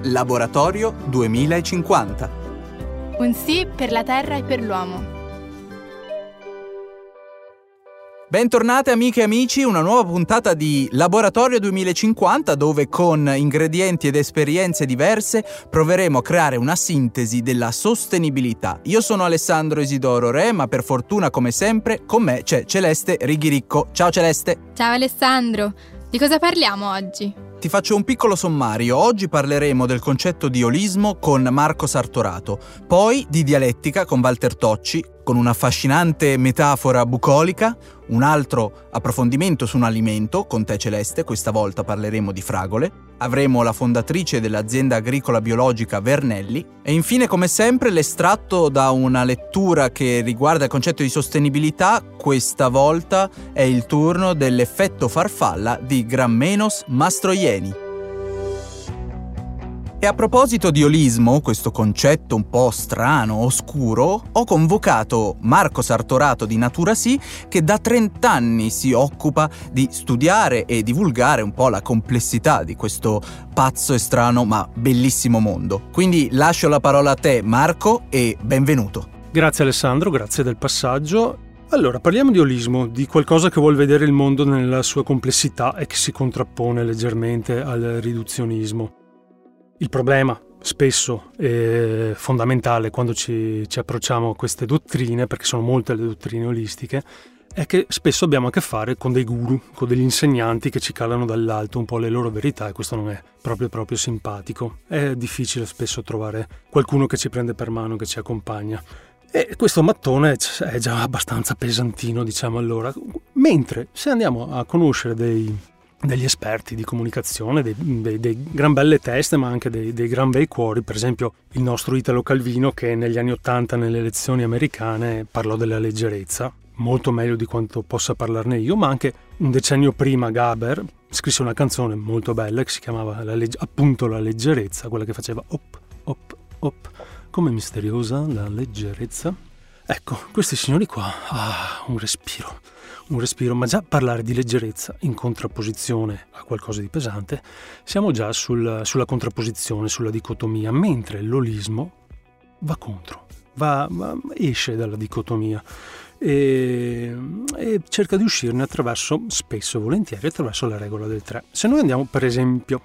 Laboratorio 2050. Un sì per la Terra e per l'uomo. Bentornate amiche e amici, una nuova puntata di Laboratorio 2050 dove con ingredienti ed esperienze diverse proveremo a creare una sintesi della sostenibilità. Io sono Alessandro Isidoro Re, ma per fortuna come sempre con me c'è Celeste Righiricco. Ciao Celeste! Ciao Alessandro! Di cosa parliamo oggi? Ti faccio un piccolo sommario. Oggi parleremo del concetto di olismo con Marco Sartorato, poi di dialettica con Walter Tocci, con un'affascinante metafora bucolica, un altro approfondimento su un alimento con te Celeste, questa volta parleremo di fragole, avremo la fondatrice dell'azienda agricola biologica Vernelli e infine come sempre l'estratto da una lettura che riguarda il concetto di sostenibilità. Questa volta è il turno dell'effetto farfalla di Gramenos Mastroianni. E a proposito di olismo, questo concetto un po' strano, oscuro, ho convocato Marco Sartorato di Natura Sì, che da 30 anni si occupa di studiare e divulgare un po' la complessità di questo pazzo e strano ma bellissimo mondo. Quindi lascio la parola a te, Marco, e benvenuto. Grazie Alessandro, grazie del passaggio. Allora, parliamo di olismo, di qualcosa che vuol vedere il mondo nella sua complessità e che si contrappone leggermente al riduzionismo. Il problema, spesso fondamentale quando ci approcciamo a queste dottrine, perché sono molte le dottrine olistiche, è che spesso abbiamo a che fare con dei guru, con degli insegnanti che ci calano dall'alto un po' le loro verità, e questo non è proprio simpatico. È difficile spesso trovare qualcuno che ci prende per mano, che ci accompagna. E questo mattone è già abbastanza pesantino, diciamo allora. Mentre se andiamo a conoscere degli esperti di comunicazione, dei gran belle teste ma anche dei gran bei cuori, per esempio il nostro Italo Calvino, che negli anni '80 nelle elezioni americane parlò della leggerezza, molto meglio di quanto possa parlarne io, ma anche un decennio prima Gaber scrisse una canzone molto bella che si chiamava appunto La leggerezza, quella che faceva op op op, come misteriosa la leggerezza. Ecco, questi signori qua, un respiro, ma già parlare di leggerezza in contrapposizione a qualcosa di pesante, siamo già sulla contrapposizione, sulla dicotomia, mentre l'olismo va contro, esce dalla dicotomia e cerca di uscirne spesso e volentieri attraverso la regola del 3. Se noi andiamo per esempio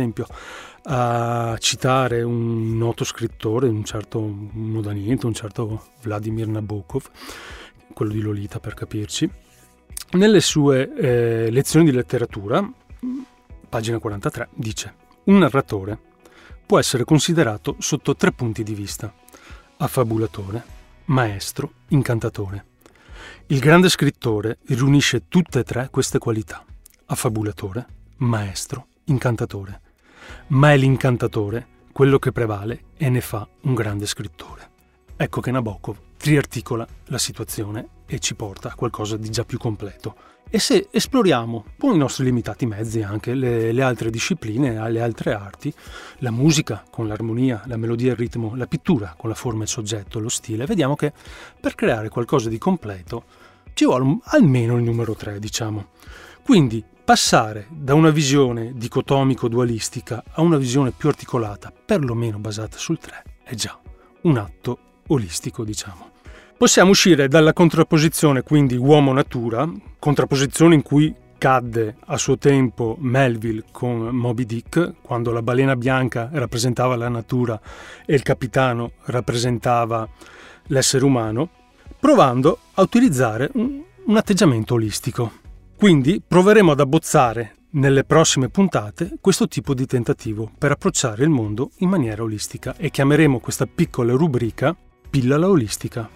a citare un noto scrittore, un certo Vladimir Nabokov, quello di Lolita per capirci, nelle sue lezioni di letteratura, pagina 43, dice: un narratore può essere considerato sotto 3 punti di vista: affabulatore, maestro, incantatore. Il grande scrittore riunisce tutte e 3 queste qualità: affabulatore, maestro, incantatore. Ma è l'incantatore quello che prevale e ne fa un grande scrittore. Ecco che Nabokov triarticola la situazione e ci porta a qualcosa di già più completo. E se esploriamo con i nostri limitati mezzi anche le altre discipline, le altre arti, la musica con l'armonia, la melodia e il ritmo, la pittura con la forma e il soggetto, lo stile, vediamo che per creare qualcosa di completo ci vuole almeno il numero 3, diciamo. Quindi passare da una visione dicotomico-dualistica a una visione più articolata, perlomeno basata sul 3, è già un atto olistico, diciamo. Possiamo uscire dalla contrapposizione, quindi uomo-natura, contrapposizione in cui cadde a suo tempo Melville con Moby Dick, quando la balena bianca rappresentava la natura e il capitano rappresentava l'essere umano, provando a utilizzare un atteggiamento olistico. Quindi proveremo ad abbozzare nelle prossime puntate questo tipo di tentativo per approcciare il mondo in maniera olistica e chiameremo questa piccola rubrica Pillola Olistica.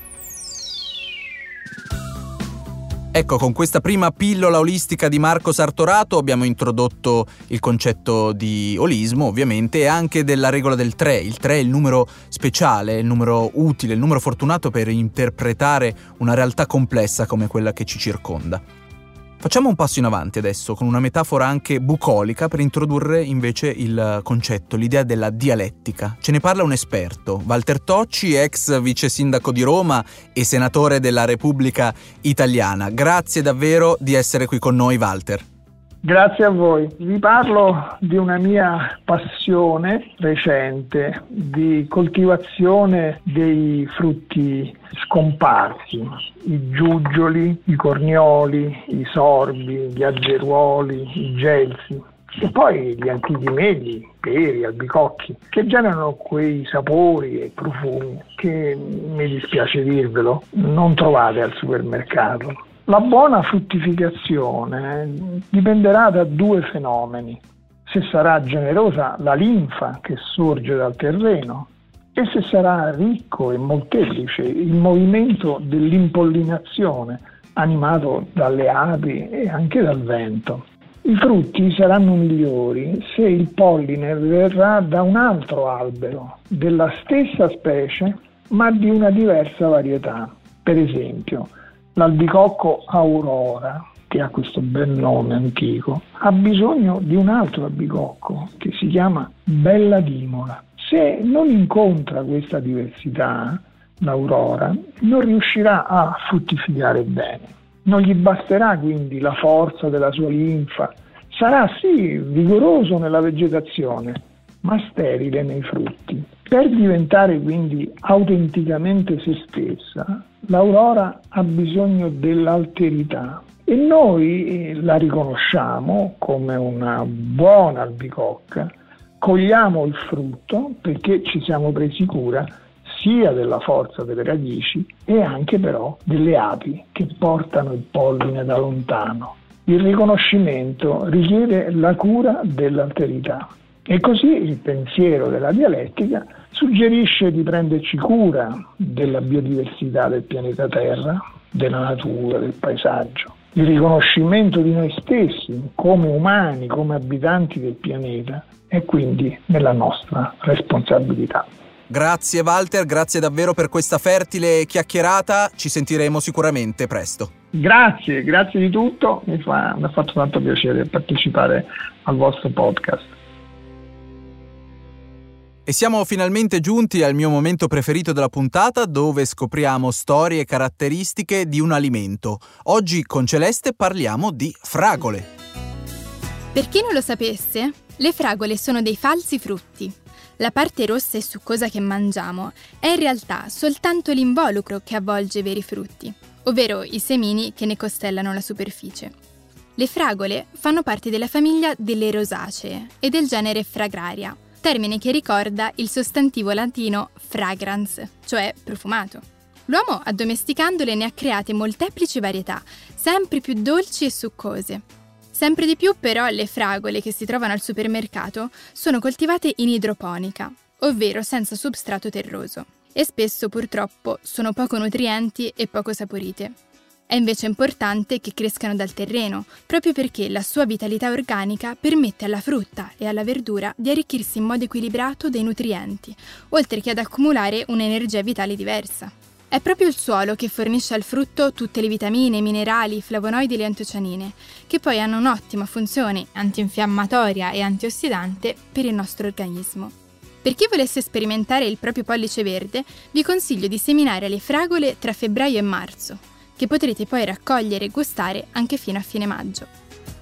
Ecco, con questa prima pillola olistica di Marco Sartorato abbiamo introdotto il concetto di olismo, ovviamente, e anche della regola del 3. Il 3 è il numero speciale, il numero utile, il numero fortunato per interpretare una realtà complessa come quella che ci circonda. Facciamo un passo in avanti adesso con una metafora anche bucolica per introdurre invece il concetto, l'idea della dialettica. Ce ne parla un esperto, Walter Tocci, ex vice sindaco di Roma e senatore della Repubblica Italiana. Grazie davvero di essere qui con noi, Walter. Grazie a voi. Vi parlo di una mia passione recente di coltivazione dei frutti scomparsi, i giuggioli, i cornioli, i sorbi, gli azzeruoli, i gelsi e poi gli antichi meli, peri, albicocchi, che generano quei sapori e profumi che, mi dispiace dirvelo, non trovate al supermercato. La buona fruttificazione dipenderà da due fenomeni: se sarà generosa la linfa che sorge dal terreno e se sarà ricco e molteplice il movimento dell'impollinazione animato dalle api e anche dal vento. I frutti saranno migliori se il polline verrà da un altro albero, della stessa specie ma di una diversa varietà. Per esempio, l'albicocco Aurora, che ha questo bel nome antico, ha bisogno di un altro albicocco che si chiama Bella d'Imola. Se non incontra questa diversità, l'Aurora non riuscirà a fruttificare bene. Non gli basterà quindi la forza della sua linfa. Sarà sì vigoroso nella vegetazione, ma sterile nei frutti. Per diventare quindi autenticamente se stessa, l'Aurora ha bisogno dell'alterità e noi la riconosciamo come una buona albicocca, cogliamo il frutto perché ci siamo presi cura sia della forza delle radici e anche però delle api che portano il polline da lontano. Il riconoscimento richiede la cura dell'alterità e così il pensiero della dialettica suggerisce di prenderci cura della biodiversità del pianeta Terra, della natura, del paesaggio. Il riconoscimento di noi stessi come umani, come abitanti del pianeta è quindi nella nostra responsabilità. Grazie Walter, grazie davvero per questa fertile chiacchierata, ci sentiremo sicuramente presto. Grazie di tutto, mi ha fatto tanto piacere partecipare al vostro podcast. E siamo finalmente giunti al mio momento preferito della puntata, dove scopriamo storie e caratteristiche di un alimento. Oggi con Celeste parliamo di fragole. Per chi non lo sapesse, le fragole sono dei falsi frutti. La parte rossa e succosa che mangiamo è in realtà soltanto l'involucro che avvolge i veri frutti, ovvero i semini che ne costellano la superficie. Le fragole fanno parte della famiglia delle rosacee e del genere Fragraria, termine che ricorda il sostantivo latino fragrans, cioè profumato. L'uomo, addomesticandole, ne ha create molteplici varietà, sempre più dolci e succose. Sempre di più però le fragole che si trovano al supermercato sono coltivate in idroponica, ovvero senza substrato terroso, e spesso purtroppo sono poco nutrienti e poco saporite. È invece importante che crescano dal terreno, proprio perché la sua vitalità organica permette alla frutta e alla verdura di arricchirsi in modo equilibrato dei nutrienti, oltre che ad accumulare un'energia vitale diversa. È proprio il suolo che fornisce al frutto tutte le vitamine, minerali, flavonoidi e le antocianine, che poi hanno un'ottima funzione antinfiammatoria e antiossidante per il nostro organismo. Per chi volesse sperimentare il proprio pollice verde, vi consiglio di seminare le fragole tra febbraio e marzo, che potrete poi raccogliere e gustare anche fino a fine maggio.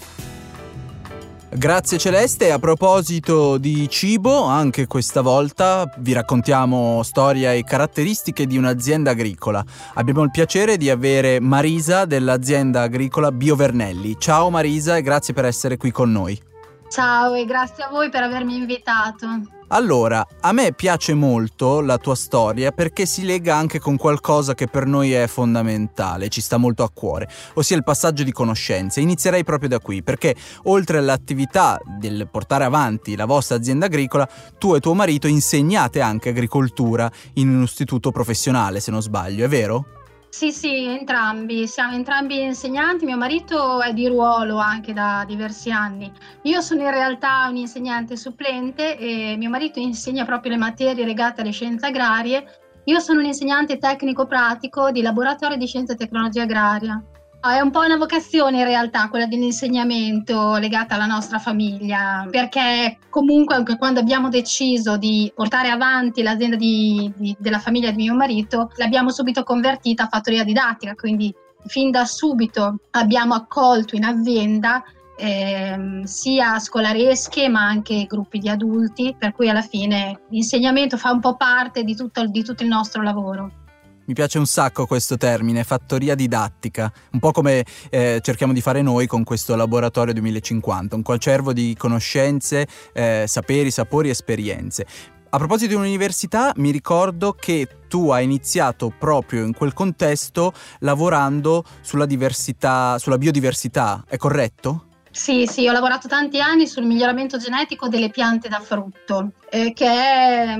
Grazie Celeste, a proposito di cibo, anche questa volta vi raccontiamo storia e caratteristiche di un'azienda agricola. Abbiamo il piacere di avere Marisa dell'azienda agricola Biovernelli. Ciao Marisa e grazie per essere qui con noi. Ciao e grazie a voi per avermi invitato. Allora, a me piace molto la tua storia perché si lega anche con qualcosa che per noi è fondamentale, ci sta molto a cuore, ossia il passaggio di conoscenze. Inizierei proprio da qui, perché oltre all'attività del portare avanti la vostra azienda agricola, tu e tuo marito insegnate anche agricoltura in un istituto professionale, se non sbaglio, è vero? Sì, entrambi. Siamo entrambi insegnanti. Mio marito è di ruolo anche da diversi anni. Io sono in realtà un insegnante supplente e mio marito insegna proprio le materie legate alle scienze agrarie. Io sono un insegnante tecnico-pratico di laboratorio di scienza e tecnologia agraria. È un po' una vocazione in realtà quella dell'insegnamento legata alla nostra famiglia, perché comunque anche quando abbiamo deciso di portare avanti l'azienda della famiglia di mio marito, l'abbiamo subito convertita a fattoria didattica, quindi fin da subito abbiamo accolto in azienda sia scolaresche ma anche gruppi di adulti, per cui alla fine l'insegnamento fa un po' parte di tutto il nostro lavoro. Mi piace un sacco questo termine, fattoria didattica, un po' come cerchiamo di fare noi con questo laboratorio 2050, un coacervo di conoscenze, saperi, sapori, esperienze. A proposito di un'università, mi ricordo che tu hai iniziato proprio in quel contesto lavorando sulla biodiversità, è corretto? Sì, ho lavorato tanti anni sul miglioramento genetico delle piante da frutto, che è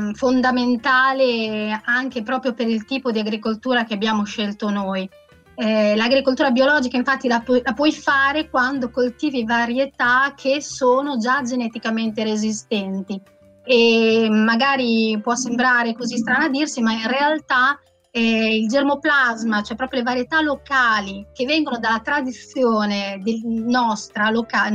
fondamentale anche proprio per il tipo di agricoltura che abbiamo scelto noi. L'agricoltura biologica infatti la puoi fare quando coltivi varietà che sono già geneticamente resistenti, e magari può sembrare così strano a dirsi, ma in realtà il germoplasma, cioè proprio le varietà locali che vengono dalla tradizione nostra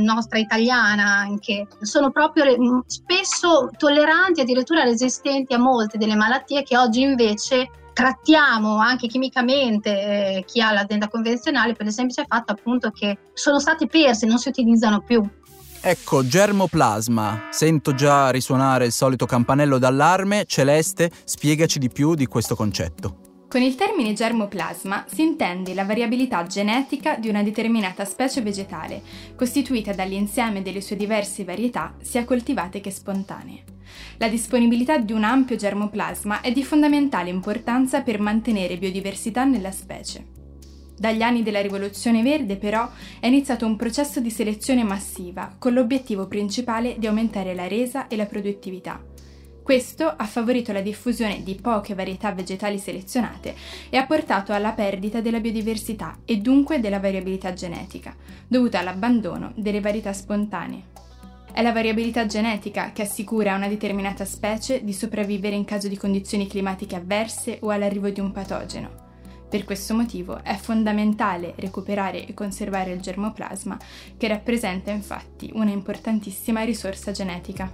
italiana anche, sono proprio spesso tolleranti, addirittura resistenti a molte delle malattie che oggi invece trattiamo anche chimicamente. Chi ha l'azienda convenzionale, per il semplice fatto appunto che sono state perse, non si utilizzano più. Ecco, germoplasma, sento già risuonare il solito campanello d'allarme. Celeste, spiegaci di più di questo concetto. Con il termine germoplasma si intende la variabilità genetica di una determinata specie vegetale, costituita dall'insieme delle sue diverse varietà, sia coltivate che spontanee. La disponibilità di un ampio germoplasma è di fondamentale importanza per mantenere biodiversità nella specie. Dagli anni della Rivoluzione Verde, però, è iniziato un processo di selezione massiva, con l'obiettivo principale di aumentare la resa e la produttività. Questo ha favorito la diffusione di poche varietà vegetali selezionate e ha portato alla perdita della biodiversità e dunque della variabilità genetica, dovuta all'abbandono delle varietà spontanee. È la variabilità genetica che assicura a una determinata specie di sopravvivere in caso di condizioni climatiche avverse o all'arrivo di un patogeno. Per questo motivo è fondamentale recuperare e conservare il germoplasma, che rappresenta infatti una importantissima risorsa genetica.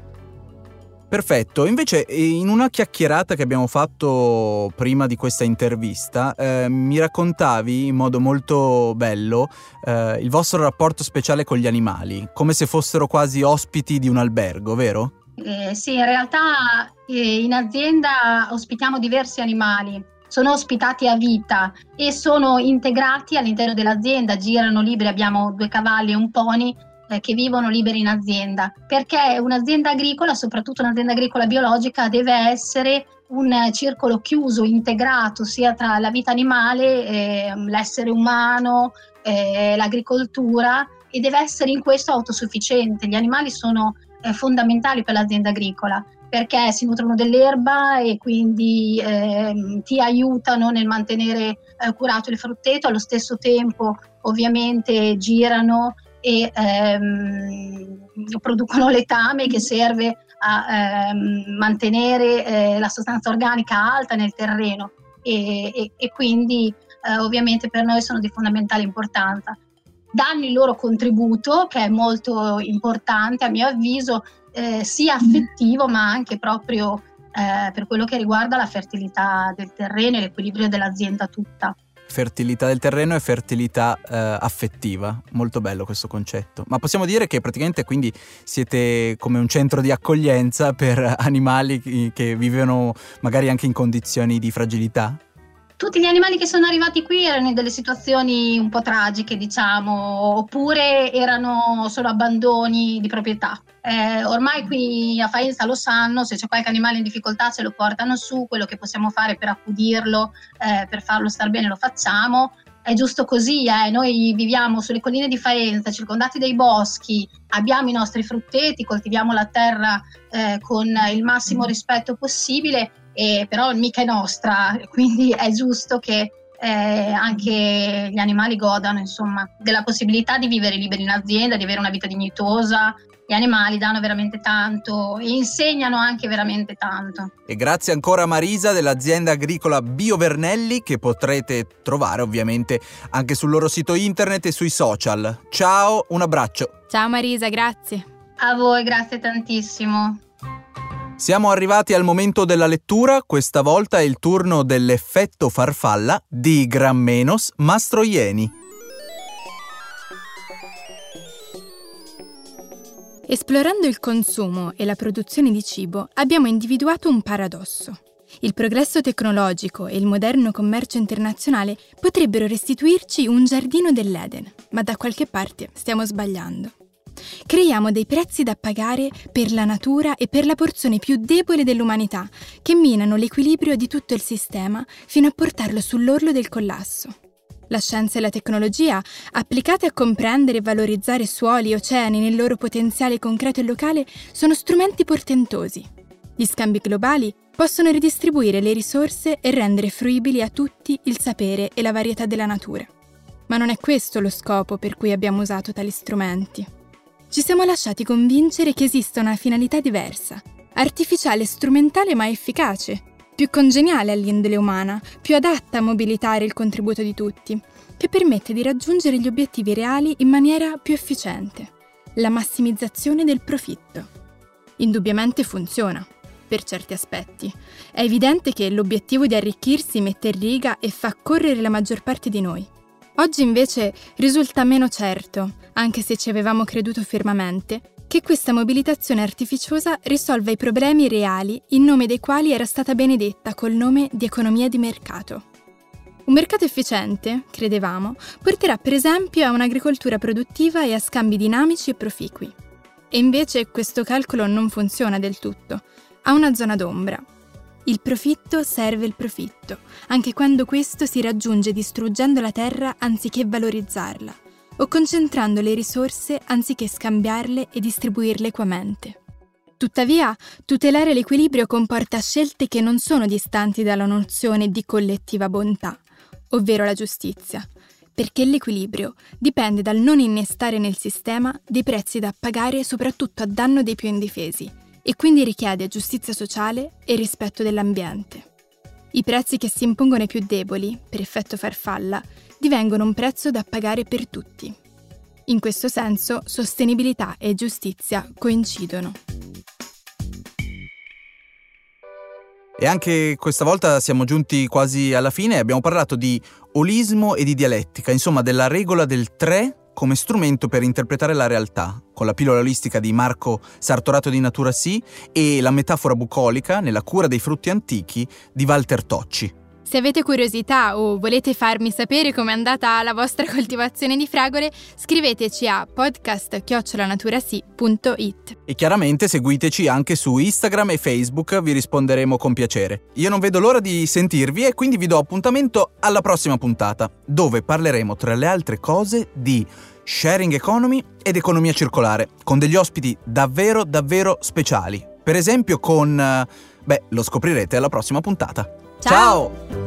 Perfetto, invece in una chiacchierata che abbiamo fatto prima di questa intervista mi raccontavi in modo molto bello il vostro rapporto speciale con gli animali, come se fossero quasi ospiti di un albergo, vero? Sì, in realtà in azienda ospitiamo diversi animali, sono ospitati a vita e sono integrati all'interno dell'azienda, girano liberi, abbiamo 2 cavalli e un pony che vivono liberi in azienda, perché un'azienda agricola, soprattutto un'azienda agricola biologica, deve essere un circolo chiuso, integrato sia tra la vita animale, l'essere umano, l'agricoltura, e deve essere in questo autosufficiente. Gli animali sono fondamentali per l'azienda agricola, perché si nutrono dell'erba e quindi ti aiutano nel mantenere curato il frutteto, allo stesso tempo ovviamente girano e producono letame che serve a mantenere la sostanza organica alta nel terreno e quindi ovviamente per noi sono di fondamentale importanza. Danno il loro contributo, che è molto importante a mio avviso, sia affettivo ma anche proprio per quello che riguarda la fertilità del terreno e l'equilibrio dell'azienda tutta. Fertilità del terreno e fertilità affettiva, molto bello questo concetto. Ma possiamo dire che praticamente quindi siete come un centro di accoglienza per animali che vivono magari anche in condizioni di fragilità? Tutti gli animali che sono arrivati qui erano in delle situazioni un po' tragiche, diciamo, oppure erano solo abbandoni di proprietà. Ormai qui a Faenza lo sanno, se c'è qualche animale in difficoltà ce lo portano su, quello che possiamo fare per accudirlo, per farlo star bene lo facciamo. È giusto così, noi viviamo sulle colline di Faenza, circondati dai boschi, abbiamo i nostri frutteti, coltiviamo la terra con il massimo rispetto possibile, però mica è nostra, quindi è giusto che anche gli animali godano, insomma, della possibilità di vivere liberi in azienda, di avere una vita dignitosa. Gli animali danno veramente tanto e insegnano anche veramente tanto. E grazie ancora a Marisa dell'azienda agricola Biovernelli, che potrete trovare ovviamente anche sul loro sito internet e sui social. Ciao, un abbraccio. Ciao Marisa, grazie. A voi, grazie tantissimo. Siamo arrivati al momento della lettura, questa volta è il turno dell'effetto farfalla di Grammenos Mastroianni. Esplorando il consumo e la produzione di cibo, abbiamo individuato un paradosso. Il progresso tecnologico e il moderno commercio internazionale potrebbero restituirci un giardino dell'Eden, ma da qualche parte stiamo sbagliando. Creiamo dei prezzi da pagare per la natura e per la porzione più debole dell'umanità, che minano l'equilibrio di tutto il sistema fino a portarlo sull'orlo del collasso. La scienza e la tecnologia, applicate a comprendere e valorizzare suoli e oceani nel loro potenziale concreto e locale, sono strumenti portentosi. Gli scambi globali possono ridistribuire le risorse e rendere fruibili a tutti il sapere e la varietà della natura. Ma non è questo lo scopo per cui abbiamo usato tali strumenti. Ci siamo lasciati convincere che esista una finalità diversa, artificiale e strumentale ma efficace, più congeniale all'indole umana, più adatta a mobilitare il contributo di tutti, che permette di raggiungere gli obiettivi reali in maniera più efficiente: la massimizzazione del profitto. Indubbiamente funziona, per certi aspetti. È evidente che l'obiettivo di arricchirsi mette in riga e fa correre la maggior parte di noi. Oggi invece risulta meno certo, anche se ci avevamo creduto fermamente, che questa mobilitazione artificiosa risolva i problemi reali in nome dei quali era stata benedetta col nome di economia di mercato. Un mercato efficiente, credevamo, porterà per esempio a un'agricoltura produttiva e a scambi dinamici e proficui. E invece questo calcolo non funziona del tutto, ha una zona d'ombra. Il profitto serve il profitto, anche quando questo si raggiunge distruggendo la terra anziché valorizzarla, o concentrando le risorse anziché scambiarle e distribuirle equamente. Tuttavia, tutelare l'equilibrio comporta scelte che non sono distanti dalla nozione di collettiva bontà, ovvero la giustizia, perché l'equilibrio dipende dal non innestare nel sistema dei prezzi da pagare soprattutto a danno dei più indifesi, e quindi richiede giustizia sociale e rispetto dell'ambiente. I prezzi che si impongono ai più deboli, per effetto farfalla, divengono un prezzo da pagare per tutti. In questo senso, sostenibilità e giustizia coincidono. E anche questa volta siamo giunti quasi alla fine e abbiamo parlato di olismo e di dialettica, insomma della regola del 3 come strumento per interpretare la realtà, con la pillola olistica di Marco Sartorato di Natura Sì e la metafora bucolica nella cura dei frutti antichi di Walter Tocci. Se avete curiosità o volete farmi sapere com'è andata la vostra coltivazione di fragole, scriveteci a podcast@naturasi.it. E chiaramente seguiteci anche su Instagram e Facebook, vi risponderemo con piacere. Io non vedo l'ora di sentirvi e quindi vi do appuntamento alla prossima puntata, dove parleremo tra le altre cose di sharing economy ed economia circolare, con degli ospiti davvero speciali. Per esempio con... lo scoprirete alla prossima puntata. Ciao!